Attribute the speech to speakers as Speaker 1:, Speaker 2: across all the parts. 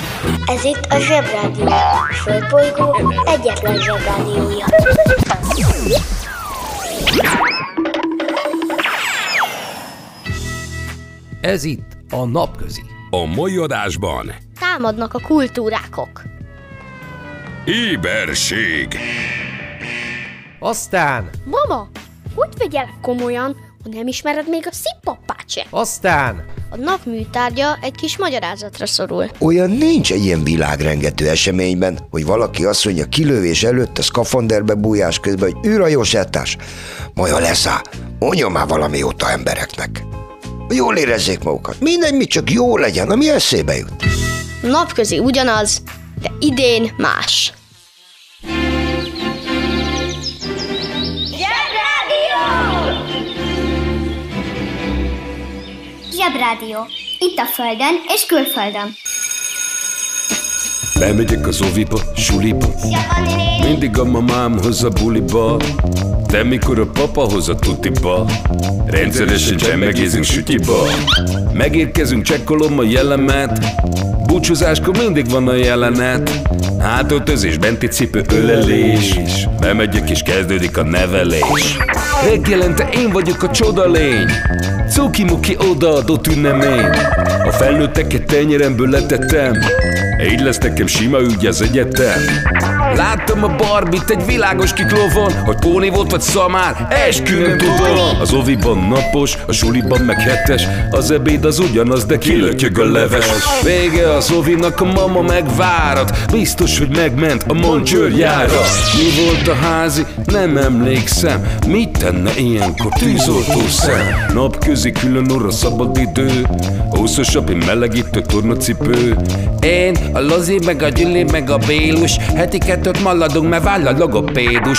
Speaker 1: Ez itt a Zsebrádió, a Földbolygó egyetlen Zsebrádiója.
Speaker 2: Ez itt a Napközi.
Speaker 3: A mai adásban
Speaker 4: támadnak a kultúrákok.
Speaker 3: éberség.
Speaker 2: Aztán,
Speaker 4: Mama, hogy vegyelek komolyan, hogy nem ismered még a szippappát se?
Speaker 2: aztán,
Speaker 4: A nap műtárgya egy kis magyarázatra szorul.
Speaker 5: Olyan nincs egy ilyen világrengető eseményben, hogy valaki azt mondja kilövés előtt a szkafanderbe bújás közben, hogy űrhajós eltárs. Maja leszáll, mondjon már valami jót a embereknek. Jól érezzék magukat. Mindegy, mit csak jó legyen, ami eszébe jut.
Speaker 4: Napközi ugyanaz, de idén más.
Speaker 6: Zsebrádió. Itt a Földön és külföldön.
Speaker 3: Bemegyek az oviba, suliba, mindig a mamám hoz a buliba, de mikor a papa hoz a tutiba, rendszeresen csemmegézünk sütyiba. Megérkezünk, csekkolom a jellemet, búcsúzáskor mindig van a jelenet. Hátöltözés, benti cipő, ölelés, bemegyek és kezdődik a nevelés. Reggelente én vagyok a csodalény, cuki-muki odaadott ünnemény. A felnőtteket tenyeremből letettem, így lesz nekem sima ügy az egyetem. Láttam a Barbit egy világos kiklovon, hogy póni volt vagy szamár, eskü nem tudom. Az oviban napos, a suliban meg hetes, az ebéd az ugyanaz, de kilötyög a leves. Vége az ovinak, a mama megvárat, biztos, hogy megment a Moncsőrjára. Mi volt a házi? Nem emlékszem. Mit tenne ilyenkor tűzoltó szem? Napközi külön orra szabad idő, húszosabb, én melegítő tornacipő. Én, a Lozi, meg a Gyüli, meg a Bélus, heti kettőt maladunk, mert váll a logopédus.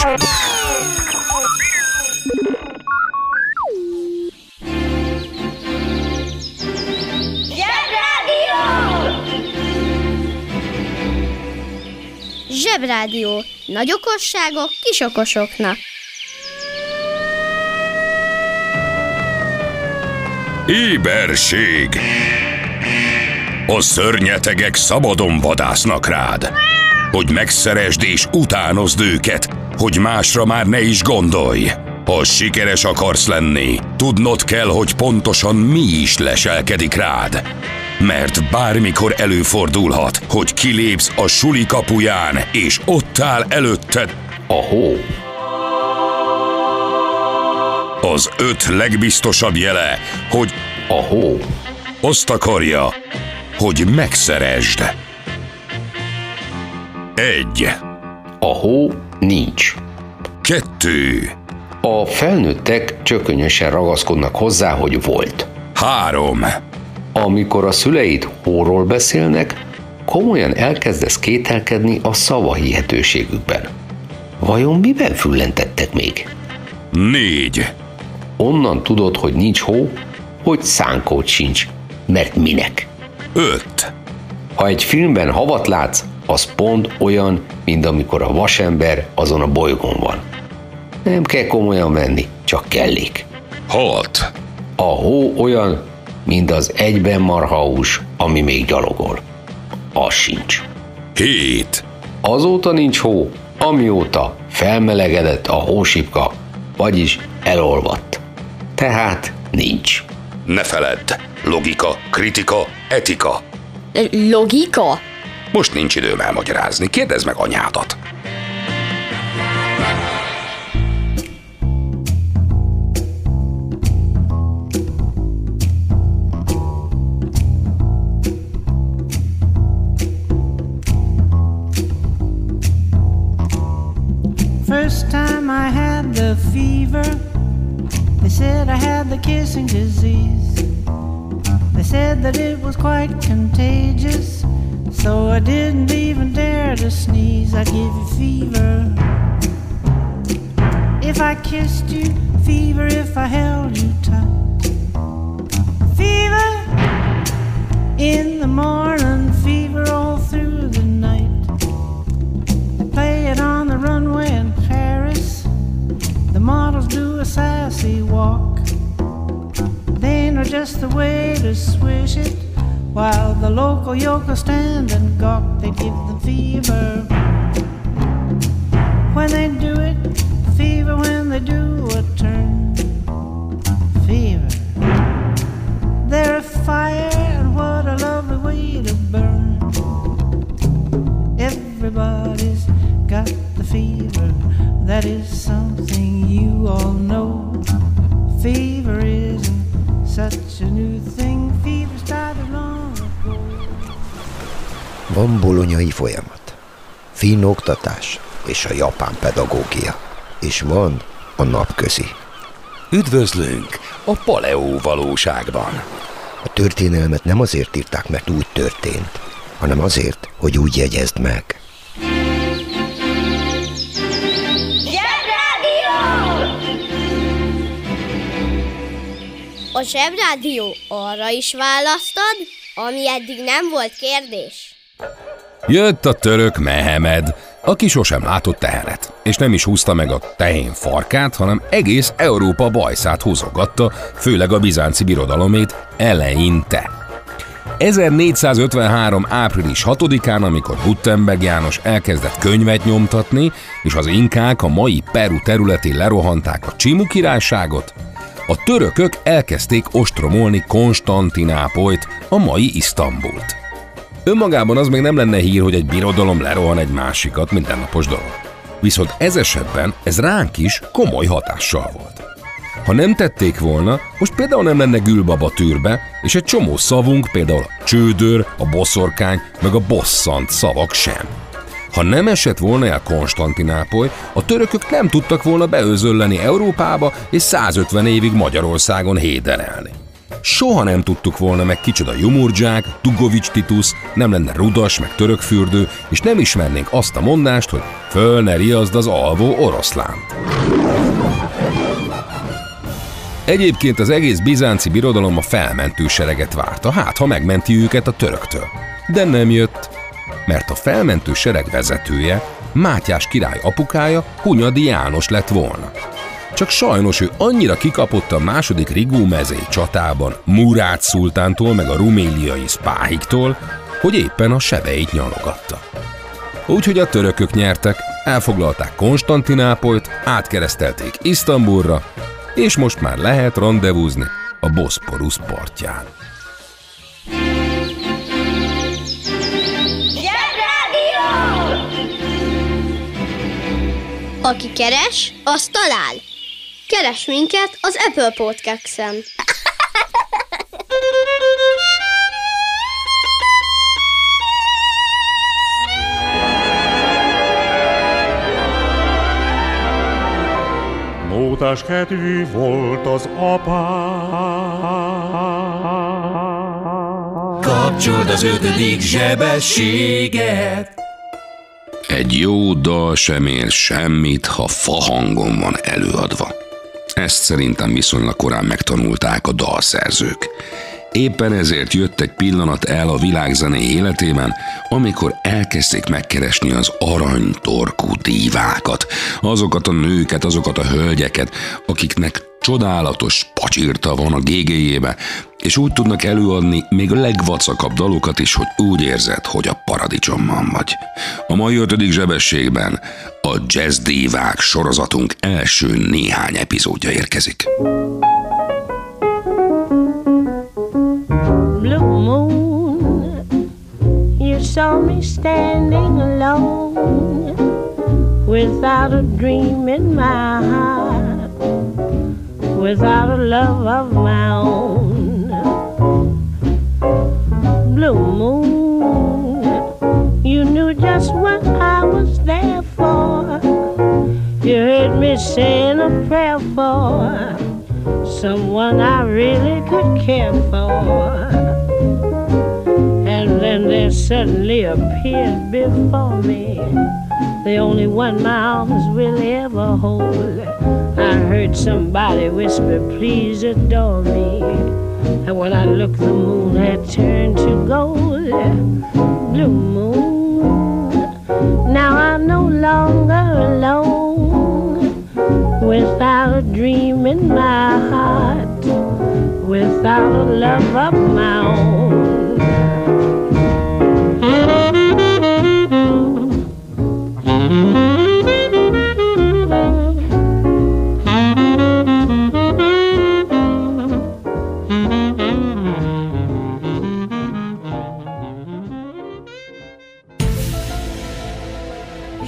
Speaker 4: Zsebrádió. Nagy okosságok kis okosoknak.
Speaker 3: Éberség. A szörnyetegek szabadon vadásznak rád, hogy megszeresd és utánozd őket, hogy másra már ne is gondolj. Ha sikeres akarsz lenni, tudnod kell, hogy pontosan mi is leselkedik rád. Mert bármikor előfordulhat, hogy kilépsz a suli kapuján, és ott áll előtted a hó. Az 5 legbiztosabb jele, hogy a hó azt akarja, hogy megszeresd. 1.
Speaker 7: A hó nincs.
Speaker 3: 2.
Speaker 7: A felnőttek csökönyösen ragaszkodnak hozzá, hogy volt.
Speaker 3: 3.
Speaker 7: Amikor a szüleid hóról beszélnek, komolyan elkezdesz kételkedni a szavahihetőségükben. Vajon miben füllentettek még?
Speaker 3: 4.
Speaker 7: Onnan tudod, hogy nincs hó, hogy szánkód sincs, mert minek?
Speaker 3: 5.
Speaker 7: Ha egy filmben havat látsz, az pont olyan, mint amikor a vasember azon a bolygón van. Nem kell komolyan venni, csak kellék.
Speaker 3: 6.
Speaker 7: A hó olyan, mint az egyben marhahús, ami még gyalogol. Az sincs.
Speaker 3: 7.
Speaker 7: Azóta nincs hó, amióta felmelegedett a hósipka, vagyis elolvadt. Tehát nincs.
Speaker 3: Ne feledd, logika, kritika, etika.
Speaker 4: Logika?
Speaker 3: Most nincs időm elmagyarázni, kérdezd meg anyádat.
Speaker 8: First time I had the fever, they said I had the kissing disease. They said that it was quite contagious, so I didn't even dare to sneeze. I give you fever if I kissed you, fever if I held you tight. Fever in the morning, fever all through the night. Play it on the runway in Paris, the models do a sassy walk. They know just the way to swish it while the local yokels stand and gawk, they give them fever. When they do it, fever when they do a turn. Fever. They're a fire, and what a lovely way to burn. Everybody's got the fever, that is something you all know. Fever isn't such a new thing, fever started long ago.
Speaker 5: Van bolonyai folyamat, finn oktatás és a japán pedagógia, és van a napközi.
Speaker 3: Üdvözlünk a paleó valóságban.
Speaker 5: A történelmet nem azért írták, mert úgy történt, hanem azért, hogy úgy jegyezd meg.
Speaker 4: A Zsebrádió arra is választad, ami eddig nem volt kérdés.
Speaker 3: Jött a török Mehemed, aki sosem látott tehenet, és nem is húzta meg a tehén farkát, hanem egész Európa bajszát húzogatta, főleg a bizánci birodalomét eleinte. 1453. április 6-án, amikor Gutenberg János elkezdett könyvet nyomtatni, és az inkák a mai Peru területén lerohanták a Csimu királyságot, a törökök elkezdték ostromolni Konstantinápolyt, a mai Isztambult. Önmagában az még nem lenne hír, hogy egy birodalom lerohan egy másikat, mindennapos dolog. Viszont ez esetben ez ránk is komoly hatással volt. Ha nem tették volna, most például nem lenne Gülbaba Türbe, és egy csomó szavunk, például a csődör, a boszorkány, meg a bosszant szavak sem. Ha nem esett volna el Konstantinápoly, a törökök nem tudtak volna beözölleni Európába és 150 évig Magyarországon héderelni. Soha nem tudtuk volna meg kicsoda Jumurdzsák, Dugovics Titus, nem lenne Rudas meg Törökfürdő, és nem ismernénk azt a mondást, hogy föl ne riaszd az alvó oroszlánt. Egyébként az egész bizánci birodalom a felmentő sereget várta, hát ha megmenti őket a töröktől. De nem jött, mert a felmentő sereg vezetője, Mátyás király apukája, Hunyadi János lett volna. Csak sajnos ő annyira kikapott a második Rigó-mezei csatában Murát szultántól meg a ruméliai Spáhiktól, hogy éppen a sebeit nyalogatta. Úgyhogy a törökök nyertek, elfoglalták Konstantinápolyt, átkeresztelték Isztambulra, és most már lehet randevúzni a Boszporusz partján.
Speaker 4: Aki keres, az talál. Keres minket az Apple Podcast-en.
Speaker 9: Mótáskedvű volt az apám.
Speaker 3: Kapcsold az 5. zsebességet! Egy jó dal sem ér semmit, ha fahangon van előadva. Ezt szerintem viszonylag korán megtanulták a dalszerzők. Éppen ezért jött egy pillanat el a világzene életében, amikor elkezdték megkeresni az aranytorkú dívákat, azokat a nőket, azokat a hölgyeket, akiknek csodálatos pacsirta van a gégéjébe, és úgy tudnak előadni még a legvacakabb dalokat is, hogy úgy érzed, hogy a paradicsomban vagy. A mai 5. zsebességben a Jazz Dívák sorozatunk első néhány epizódja érkezik.
Speaker 8: Blue moon, you saw me standing alone, without a dream in my heart, without a love of my own. Blue moon, you knew just what I was there for. You heard me saying a prayer for someone I really could care for. And then there suddenly appeared before me the only one my arms will ever hold. I heard somebody whisper, please adore me. And when I looked, the moon had turned to gold. Blue moon, now I'm no longer alone, without a dream in my heart, without a love of my own.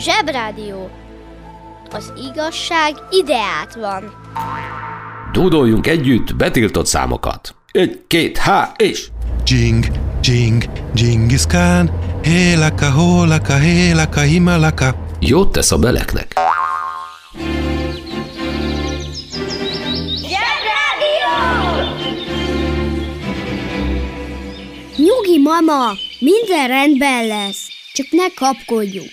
Speaker 4: Zsebrádió. Az igazság ideát van.
Speaker 7: Dúdoljunk együtt betiltott számokat. 1, 2, és...
Speaker 10: Jing, jing, Genghis Khan, hélaka, hólaka, hélaka, himalaka.
Speaker 7: Jót tesz a beleknek.
Speaker 1: Nyugi, mama, minden rendben lesz. Csak ne kapkodjuk.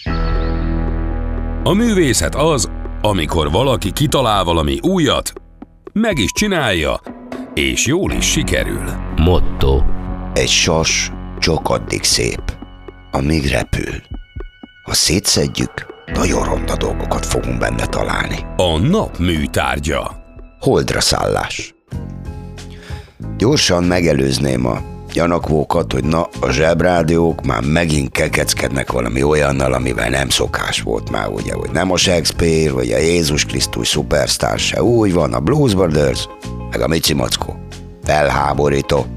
Speaker 3: A művészet az, amikor valaki kitalál valami újat, meg is csinálja, és jól is sikerül.
Speaker 7: Motto.
Speaker 5: Egy sas csak addig szép, amíg repül. Ha szétszedjük, nagyon ronda dolgokat fogunk benne találni.
Speaker 3: A nap műtárgya.
Speaker 5: Holdra szállás. Gyorsan megelőzném a gyanakvókat, hogy na, a zsebrádiók már megint kekeckednek valami olyannal, amivel nem szokás volt már, ugye, hogy nem a Shakespeare, vagy a Jézus Krisztus szupersztár se úgy van, a Blues Brothers, meg a Mici Mackó. Felháborító.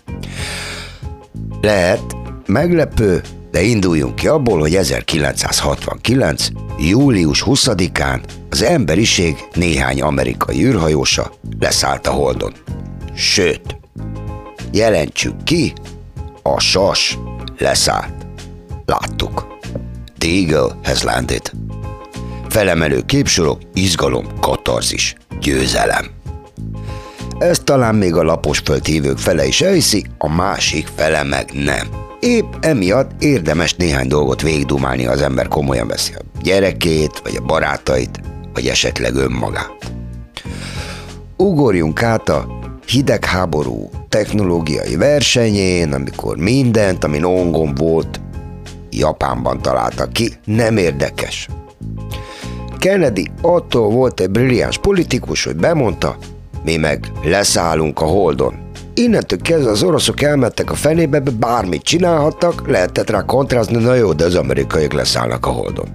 Speaker 5: Lehet meglepő, de induljunk ki abból, hogy 1969. július 20-án az emberiség néhány amerikai űrhajósa leszállt a Holdon. Sőt, jelentsük ki, a sas leszállt. Láttuk. The Eagle has landed. Felemelő képsorok, izgalom, katarzis, győzelem. Ez talán még a laposföld hívők fele is elhiszi, a másik fele meg nem. Épp emiatt érdemes néhány dolgot végigdumálni, az ember komolyan veszi a gyerekét, vagy a barátait, vagy esetleg önmagát. Ugorjunk át a hidegháború technológiai versenyén, amikor mindent, ami nongon volt, Japánban találtak ki, nem érdekes. Kennedy attól volt egy brilliáns politikus, hogy bemondta, mi meg leszállunk a Holdon. Innentől kezdve az oroszok elmentek a fenébe, bármit csinálhattak, lehetett rá kontrázni, na jó, de az amerikaiak leszállnak a Holdon.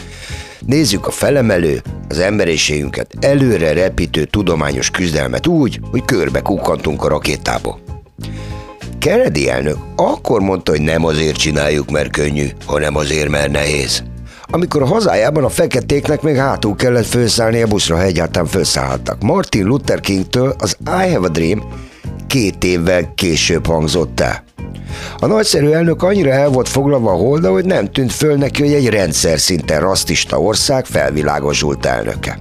Speaker 5: Nézzük a felemelő, az emberiségünket előre repítő tudományos küzdelmet úgy, hogy körbe kukkantunk a rakétába. Kennedy elnök akkor mondta, hogy nem azért csináljuk, mert könnyű, hanem azért, mert nehéz. Amikor a hazájában a feketéknek még hátul kellett felszállni a buszra, ha egyáltalán felszállhattak. Martin Luther Kingtől az I Have a Dream 2 évvel később hangzott el. A nagyszerű elnök annyira el volt foglalva a Holdra, hogy nem tűnt föl neki, hogy egy rendszer szinten rasszista ország felvilágosult elnöke.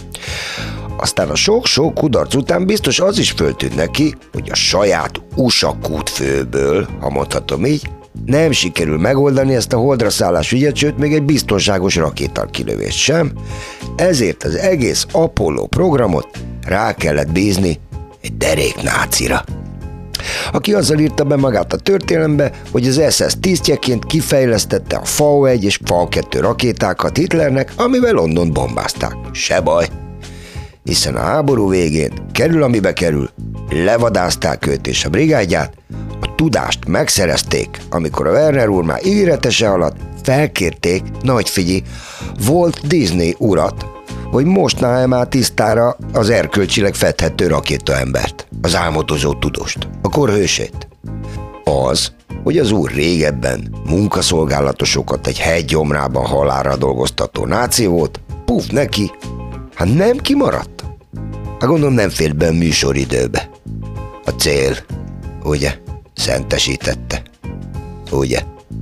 Speaker 5: Aztán a sok-sok kudarc után biztos az is föltűnt neki, hogy a saját USA kútfőből, ha mondhatom így, nem sikerül megoldani ezt a Holdra szállás ügyet, sőt még egy biztonságos rakétakilövést sem, ezért az egész Apollo programot rá kellett bízni egy derék nácira, aki azzal írta be magát a történelembe, hogy az SS tisztjeként kifejlesztette a FAU-1 és FAU-2 rakétákat Hitlernek, amivel Londont bombázták. Se baj, hiszen a háború végén, kerül amibe kerül, levadázták őt és a brigádját, a tudást megszerezték, amikor a Werner úr már ígéretese alatt felkérték, nagy figyelj, Walt Disney urat, hogy mostná már tisztára az erkölcsileg fedhető rakétaembert, az álmodozó tudóst, a korhősét. Az, hogy az úr régebben munkaszolgálatosokat egy hegy gyomrában halálra dolgoztató náci volt, puf neki, hát nem kimaradt. Hát gondolom nem fért be a műsoridőbe. A cél, ugye, szentesítette, ugye.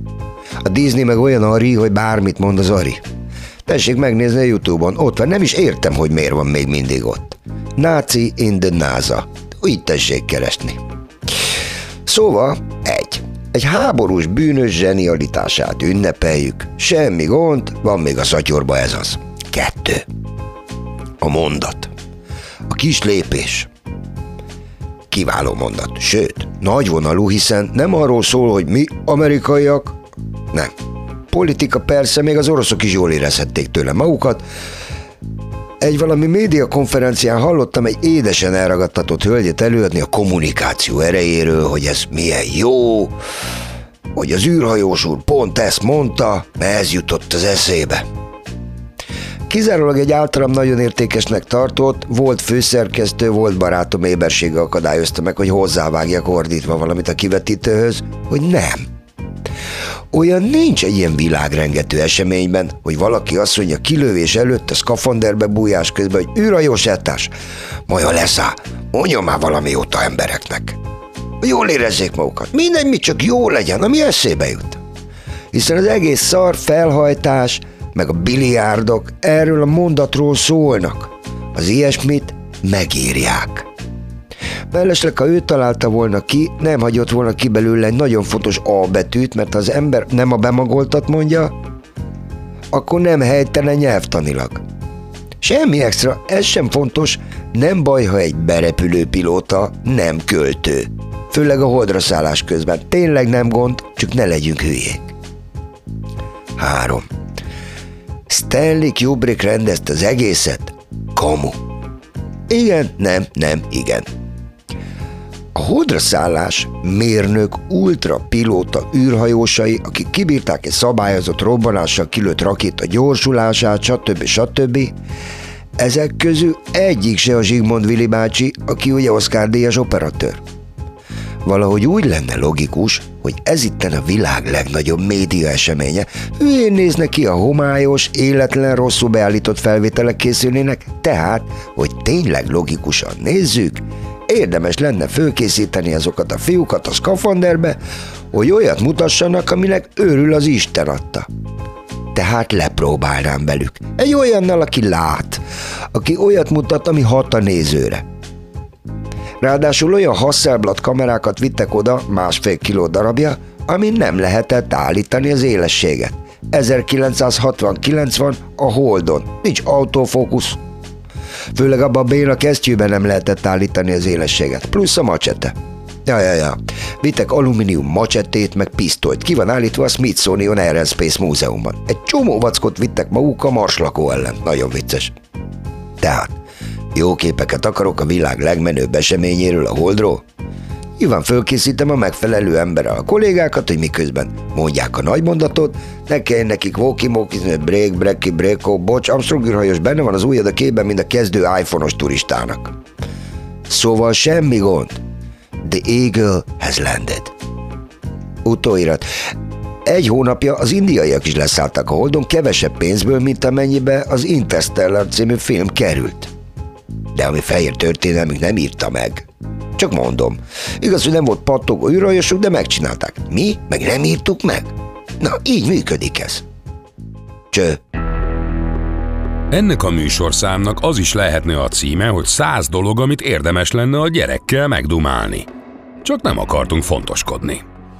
Speaker 5: A Disney meg olyan ari, hogy bármit mond az ari. Tessék megnézni a YouTube-on, ott van, nem is értem, hogy miért van még mindig ott. Nazi in the NASA. Így tessék keresni. Szóval, egy háborús bűnös zsenialitását ünnepeljük. Semmi gond, van még a szatyorba ez az. 2. A mondat. A kis lépés. Kiváló mondat, sőt, nagyvonalú, hiszen nem arról szól, hogy mi amerikaiak, nem. Politika persze, még az oroszok is jól érezhették tőle magukat. Egy valami médiakonferencián hallottam egy édesen elragadtatott hölgyet előadni a kommunikáció erejéről, hogy ez milyen jó, hogy az űrhajós úr pont ezt mondta, mert ez jutott az eszébe. Kizárólag egy általam nagyon értékesnek tartott, volt főszerkesztő, volt barátom ébersége akadályozta meg, hogy hozzávágjak ordítva valamit a kivetítőhöz, hogy nem. Olyan nincs egy ilyen világrengető eseményben, hogy valaki azt mondja kilövés előtt a szkafanderbe bújás közben, hogy űrhajós eltárs, majd leszáll, mondjon már valami jót a embereknek. Jól érezzék magukat, mindegy, mi csak jó legyen, ami eszébe jut. Hiszen az egész szar felhajtás, meg a biliárdok erről a mondatról szólnak. Az ilyesmit megírják. Mellesleg, ha ő találta volna ki, nem hagyott volna ki belőle egy nagyon fontos A betűt, mert ha az ember nem a bemagoltat mondja, akkor nem helytelen nyelvtanilag. Semmi extra, ez sem fontos, nem baj, ha egy berepülő pilóta nem költő. Főleg a holdra szállás közben. Tényleg nem gond, csak ne legyünk hülyék. 3. Stanley Kubrick rendezte az egészet. Kamu. Igen, nem, igen. A holdra szállás mérnök, ultrapilóta űrhajósai, akik kibírták egy szabályozott robbanással kilőtt rakéta gyorsulását, stb. Ezek közül egyik se a Zsigmond Willy bácsi, aki ugye Oscar-díjas operatőr. Valahogy úgy lenne logikus, hogy ez itten a világ legnagyobb média eseménye. Hülyén néznek ki a homályos, életlen, rosszul beállított felvételek készülnének, tehát, hogy tényleg logikusan nézzük, érdemes lenne fölkészíteni azokat a fiúkat a szkafanderbe, hogy olyat mutassanak, aminek őrül az Isten adta. Tehát lepróbálnám velük. Egy olyannal, aki lát, aki olyat mutat, ami hat a nézőre. Ráadásul olyan Hasselblad kamerákat vittek oda, 1,5 kiló darabja, amin nem lehetett állítani az élességet. 1960-90 a Holdon, nincs autofókusz. Főleg abban a béna kesztyűben nem lehetett állítani az élességet, plusz a macsete. Ja. Vittek alumínium macsetét, meg pisztolyt, ki van állítva a Smithsonian Air and Space Múzeumban. Egy csomó vackot vittek maguk a marslakó ellen, nagyon vicces. Tehát, jó képeket akarok a világ legmenőbb eseményéről, a Holdról? Nyilván fölkészítem a megfelelő emberrel a kollégákat, hogy miközben mondják a nagy mondatot, ne kelljen nekik walkie-talkie, break, bocs, Armstrong űrhajós benne van az ujjad a képben, mint a kezdő iPhone-os turistának. Szóval semmi gond. The Eagle has landed. Utóirat. 1 hónapja az indiaiak is leszálltak a Holdon kevesebb pénzből, mint amennyibe az Interstellar című film került. De ami fehér történelmük nem írta meg. Csak mondom. Igaz, hogy nem volt pattogó űrhajósok, de megcsinálták. Mi? Meg nem írtuk meg? Na, így működik ez. Cső.
Speaker 3: Ennek a műsorszámnak az is lehetne a címe, hogy 100 dolog, amit érdemes lenne a gyerekkel megdumálni. Csak nem akartunk fontoskodni.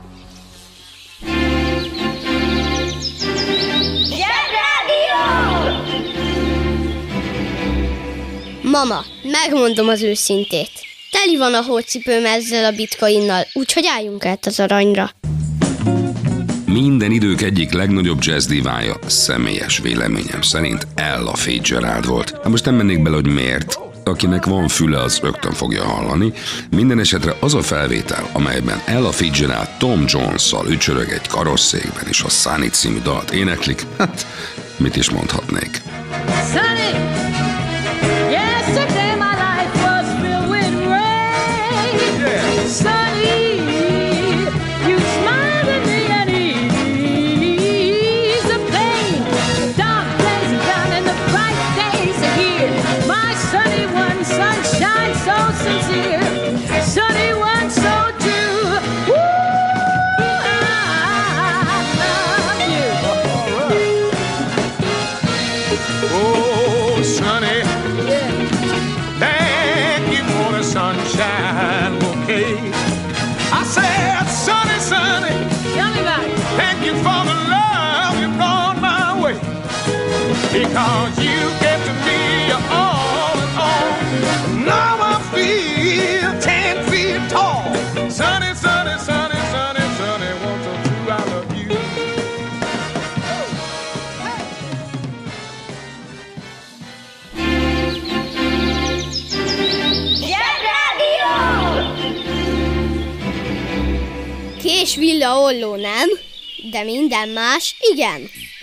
Speaker 4: Mama, megmondom az őszintét. Teli van a hócipőm ezzel a bitcoinnal, úgyhogy álljunk át az aranyra.
Speaker 3: Minden idők egyik legnagyobb jazz divája, személyes véleményem szerint Ella Fitzgerald volt. Hát most nem mennék bele, hogy miért. Akinek van füle, az rögtön fogja hallani. Minden esetre az a felvétel, amelyben Ella Fitzgerald Tom Jones-szal ücsörög egy karosszékben és a Sunny című dalt éneklik, hát mit is mondhatnék.
Speaker 8: Sunny! Yesterday my life was filled with rain. Yeah. Sunny, you smiled at me and eased the pain. The dark days are gone and the bright days are here. My sunny one, sunshine so sincere. Sunny one, so true. Woo! I love you.
Speaker 9: Oh, Sunny. Thank you for the sunshine bouquet. I said, Sunny, Sunny, thank you for the love you brought my way. Because you gave to me your all in all. Now I feel 10 feet tall. Sunny, Sunny, Sunny, Sunny, Sunny, won't you true, I love you.
Speaker 4: Kés villa olló nem, de minden más igen.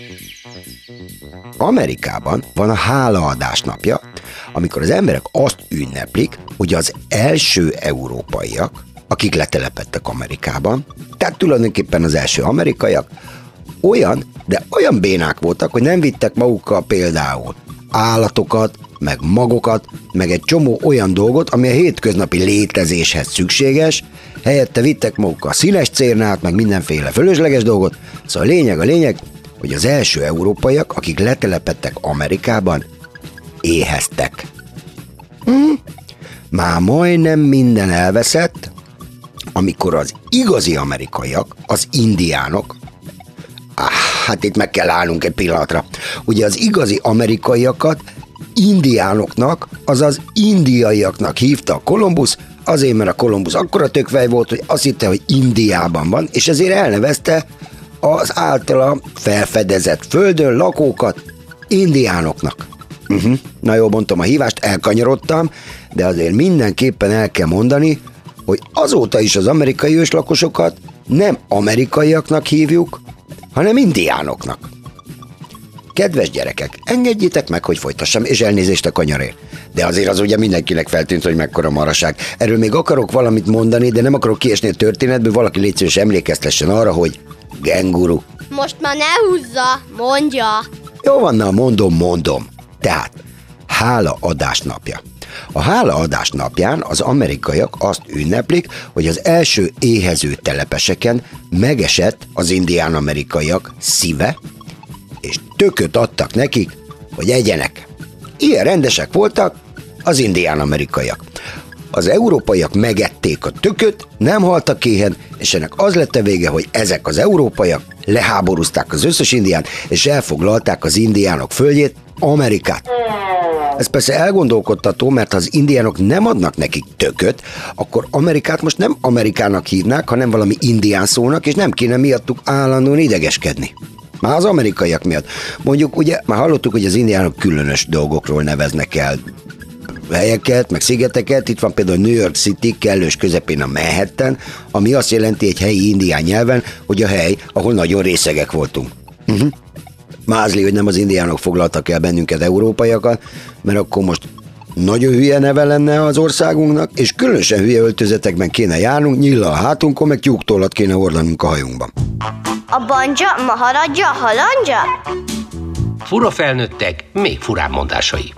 Speaker 5: Amerikában van a hálaadás napja, amikor az emberek azt ünneplik, hogy az első európaiak, akik letelepedtek Amerikában, tehát tulajdonképpen az első amerikaiak, olyan bénák voltak, hogy nem vittek magukkal például állatokat, meg magokat, meg egy csomó olyan dolgot, ami a hétköznapi létezéshez szükséges, helyette vittek magukkal színes cérnát, meg mindenféle fölösleges dolgot. Szóval a lényeg, hogy az első európaiak, akik letelepedtek Amerikában, éheztek. Már majdnem minden elveszett, amikor az igazi amerikaiak, az indiánok, hát itt meg kell állnunk egy pillanatra, ugye az igazi amerikaiakat indiánoknak, azaz indiaiaknak hívta a Kolumbusz, azért, mert a Kolumbusz akkora tökfej volt, hogy azt hitte, hogy Indiában van, és ezért elnevezte az általa felfedezett földön lakókat indiánoknak. Na jó, mondtam a hívást, elkanyarodtam, de azért mindenképpen el kell mondani, hogy azóta is az amerikai őslakosokat nem amerikaiaknak hívjuk, hanem indiánoknak. Kedves gyerekek, engedjétek meg, hogy folytassam, és elnézést a kanyarért. De azért az ugye mindenkinek feltűnt, hogy mekkora maraság. Erről még akarok valamit mondani, de nem akarok kiesni a történetből, valaki légy szíves emlékeztessen arra, hogy genguru.
Speaker 4: Most már ne húzza, mondja.
Speaker 5: Jó van, na mondom. Tehát, hálaadás napja. A hálaadás napján az amerikaiak azt ünneplik, hogy az első éhező telepeseken megesett az indián amerikaiak szíve, és tököt adtak nekik, hogy egyenek. Ilyen rendesek voltak az indián amerikaiak. Az európaiak megették a tököt, nem haltak éhen, és ennek az lett a vége, hogy ezek az európaiak leháborúzták az összes indiánt, és elfoglalták az indiánok földjét, Amerikát. Ez persze elgondolkodtató, mert ha az indiánok nem adnak nekik tököt, akkor Amerikát most nem Amerikának hívnák, hanem valami indián szónak, és nem kéne miattuk állandóan idegeskedni. Már az amerikaiak miatt. Mondjuk ugye, már hallottuk, hogy az indiánok különös dolgokról neveznek el helyeket, meg szigeteket. Itt van például New York City, kellős közepén a Manhattan, ami azt jelenti egy helyi indián nyelven, hogy a hely, ahol nagyon részegek voltunk. Mázli, hogy nem az indiánok foglaltak el bennünket, európaiakat, mert akkor most nagyon hülye neve lenne az országunknak, és különösen hülye öltözetekben kéne járnunk, nyilla a hátunkon, meg tyúktollat kéne hordanunk a hajunkban.
Speaker 1: A banja, maharadja, halandja?
Speaker 7: Fura felnőttek, még furább mondásai.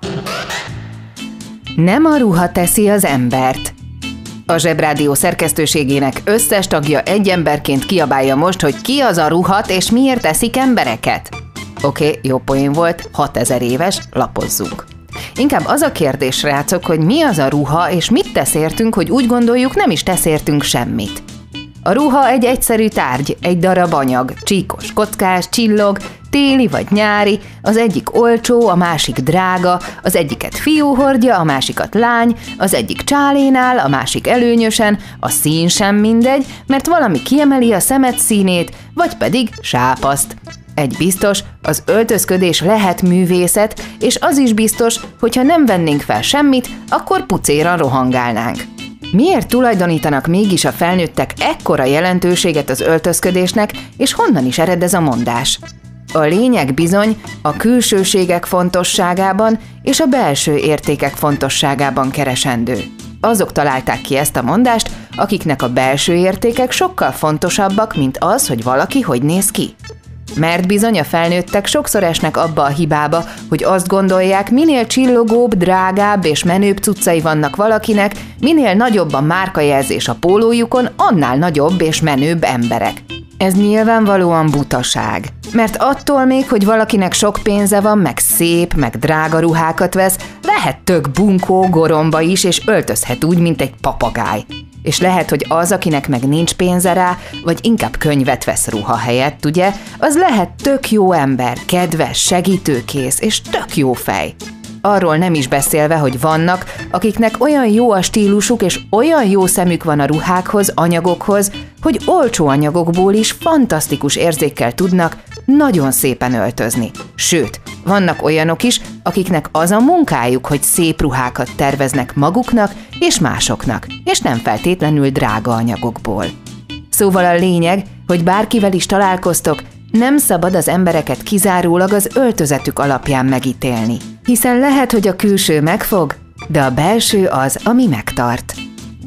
Speaker 11: Nem a ruha teszi az embert. A Zsebrádió szerkesztőségének összes tagja egy emberként kiabálja most, hogy ki az a ruhat és miért teszik embereket. Oké, jó poén volt, 6000 éves, lapozzunk. Inkább az a kérdés, srácok, hogy mi az a ruha és mit tesz értünk, hogy úgy gondoljuk, nem is tesz értünk semmit. A ruha egy egyszerű tárgy, egy darab anyag, csíkos, kockás, csillog, téli vagy nyári, az egyik olcsó, a másik drága, az egyiket fiú hordja, a másikat lány, az egyik csálénál, a másik előnyösen, a szín sem mindegy, mert valami kiemeli a szemed színét, vagy pedig sápaszt. Egy biztos, az öltözködés lehet művészet, és az is biztos, hogyha nem vennénk fel semmit, akkor pucéran rohangálnánk. Miért tulajdonítanak mégis a felnőttek ekkora jelentőséget az öltözködésnek, és honnan is ered ez a mondás? A lényeg bizony a külsőségek fontosságában és a belső értékek fontosságában keresendő. Azok találták ki ezt a mondást, akiknek a belső értékek sokkal fontosabbak, mint az, hogy valaki hogy néz ki. Mert bizony a felnőttek sokszor esnek abba a hibába, hogy azt gondolják, minél csillogóbb, drágább és menőbb cuccai vannak valakinek, minél nagyobb a márkajelzés a pólójukon, annál nagyobb és menőbb emberek. Ez nyilvánvalóan butaság. Mert attól még, hogy valakinek sok pénze van, meg szép, meg drága ruhákat vesz, lehet tök bunkó, goromba is, és öltözhet úgy, mint egy papagáj. És lehet, hogy az, akinek meg nincs pénze rá, vagy inkább könyvet vesz ruha helyett, ugye, az lehet tök jó ember, kedves, segítőkész, és tök jó fej. Arról nem is beszélve, hogy vannak, akiknek olyan jó a stílusuk, és olyan jó szemük van a ruhákhoz, anyagokhoz, hogy olcsó anyagokból is fantasztikus érzékkel tudnak nagyon szépen öltözni. Sőt, vannak olyanok is, akiknek az a munkájuk, hogy szép ruhákat terveznek maguknak és másoknak, és nem feltétlenül drága anyagokból. Szóval a lényeg, hogy bárkivel is találkoztok, nem szabad az embereket kizárólag az öltözetük alapján megítélni. Hiszen lehet, hogy a külső megfog, de a belső az, ami megtart.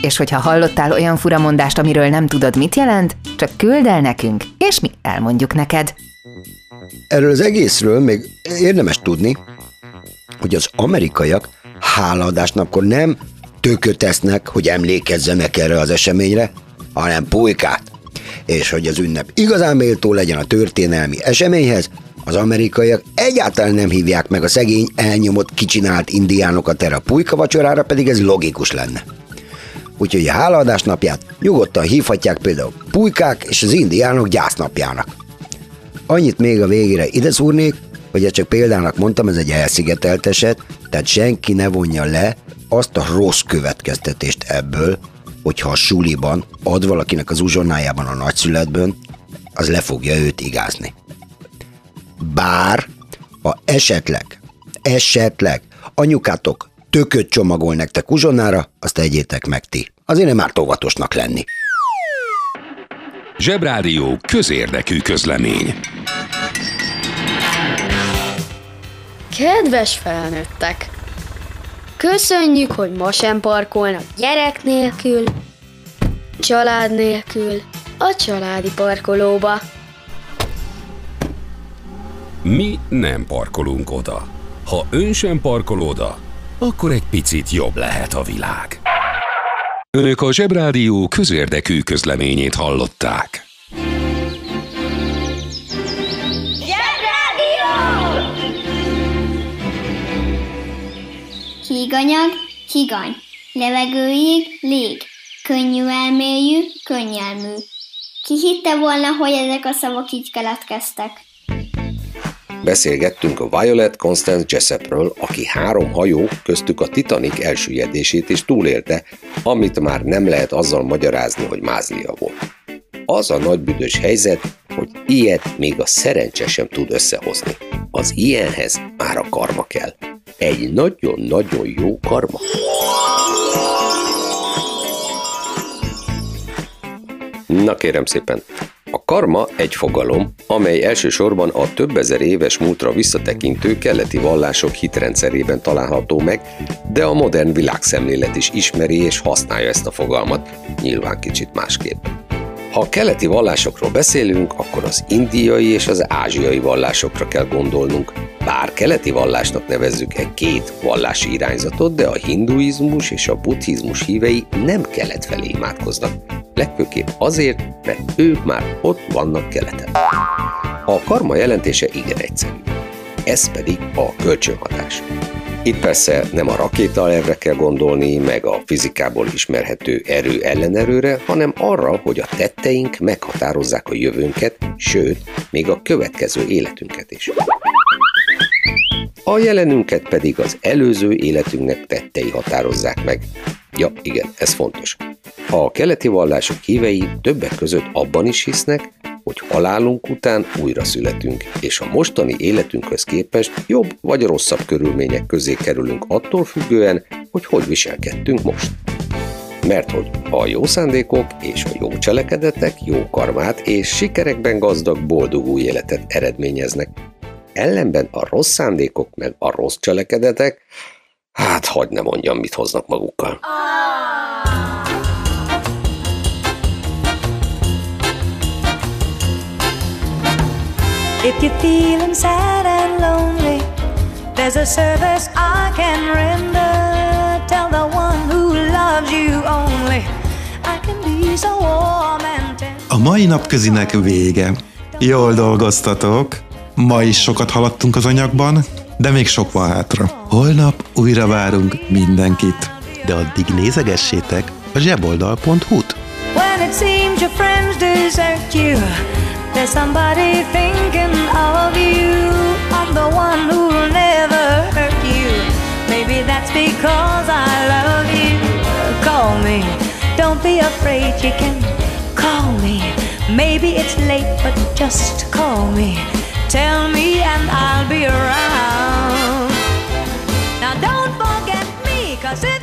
Speaker 11: És hogyha hallottál olyan furamondást, amiről nem tudod, mit jelent, csak küld el nekünk, és mi elmondjuk neked.
Speaker 5: Erről az egészről még érdemes tudni, hogy az amerikaiak hálaadásnapkor nem tököt esznek, hogy emlékezzenek erre az eseményre, hanem pulykát. És hogy az ünnep igazán méltó legyen a történelmi eseményhez, az amerikaiak egyáltalán nem hívják meg a szegény, elnyomott, kicsinált indiánokat erre a pulyka vacsorára, pedig ez logikus lenne. Úgyhogy a hálaadás napját nyugodtan hívhatják például pulykák és az indiánok gyásznapjának. Annyit még a végére ide szúrnék, hogy ezt csak példának mondtam, ez egy elszigetelt eset, tehát senki ne vonja le azt a rossz következtetést ebből, hogyha a suliban ad valakinek az uzsonnájában a nagyszületből, az le fogja őt igázni. Bár, ha esetleg anyukátok tököt csomagol nektek uzsonnára, azt tegyétek meg ti. Azért nem árt óvatosnak lenni.
Speaker 3: Zsebrádió közérdekű közlemény.
Speaker 4: Kedves felnőttek! Köszönjük, hogy ma sem parkolnak gyerek nélkül, család nélkül, a családi parkolóba.
Speaker 3: Mi nem parkolunk oda. Ha ön sem parkol oda, akkor egy picit jobb lehet a világ. Önök a Zsebrádió közérdekű közleményét hallották.
Speaker 6: Híganyag, higany. Levegőig, lég. Könnyű elmélyű, könnyelmű. Ki hitte volna, hogy ezek a szavak így keletkeztek?
Speaker 7: Beszélgettünk a Violet Constance Jessepről, aki 3 hajó, köztük a Titanic elsüllyedését is túlélte, amit már nem lehet azzal magyarázni, hogy mázlia volt. Az a nagy büdös helyzet, hogy ilyet még a szerencse sem tud összehozni. Az ilyenhez már a karma kell. Egy nagyon-nagyon jó karma. Na kérem szépen, a karma egy fogalom, amely elsősorban a több ezer éves múltra visszatekintő keleti vallások hitrendszerében található meg, de a modern világszemlélet is ismeri és használja ezt a fogalmat, nyilván kicsit másképp. Ha a keleti vallásokról beszélünk, akkor az indiai és az ázsiai vallásokra kell gondolnunk. Bár keleti vallásnak nevezzük két vallási irányzatot, de a hinduizmus és a buddhizmus hívei nem kelet felé imádkoznak. Legfőképp azért, mert ők már ott vannak keleten. A karma jelentése igen egyszerű. Ez pedig a kölcsönhatás. Itt persze nem a rakétaelvre kell gondolni, meg a fizikából ismerhető erő-ellenerőre, hanem arra, hogy a tetteink meghatározzák a jövőnket, sőt, még a következő életünket is. A jelenünket pedig az előző életünknek tettei határozzák meg. Ja, igen, ez fontos. A keleti vallások hívei többek között abban is hisznek, hogy halálunk után újra születünk, és a mostani életünkhöz képest jobb vagy rosszabb körülmények közé kerülünk attól függően, hogy viselkedtünk most. Mert hogy a jó szándékok és a jó cselekedetek jó karmát és sikerekben gazdag, boldog új életet eredményeznek. Ellenben a rossz szándékok meg a rossz cselekedetek, hát hadd ne mondjam, mit hoznak magukkal.
Speaker 8: If you're feeling sad and lonely, there's a service I can render. Tell the one who loves you only, I can be so warm and tender.
Speaker 10: A mai napközinek vége. Jól dolgoztatok. Ma is sokat haladtunk az anyagban, de még sok van hátra. Holnap újra várunk mindenkit. De addig nézegessétek a zseboldal.hu-t.
Speaker 8: When it seems your friends desert you, there's somebody thinking of you. I'm the one who'll never hurt you. Maybe that's because I love you. Call me, don't be afraid, you can call me. Maybe it's late, but just call me. Tell me and I'll be around. Now don't forget me, 'cause it's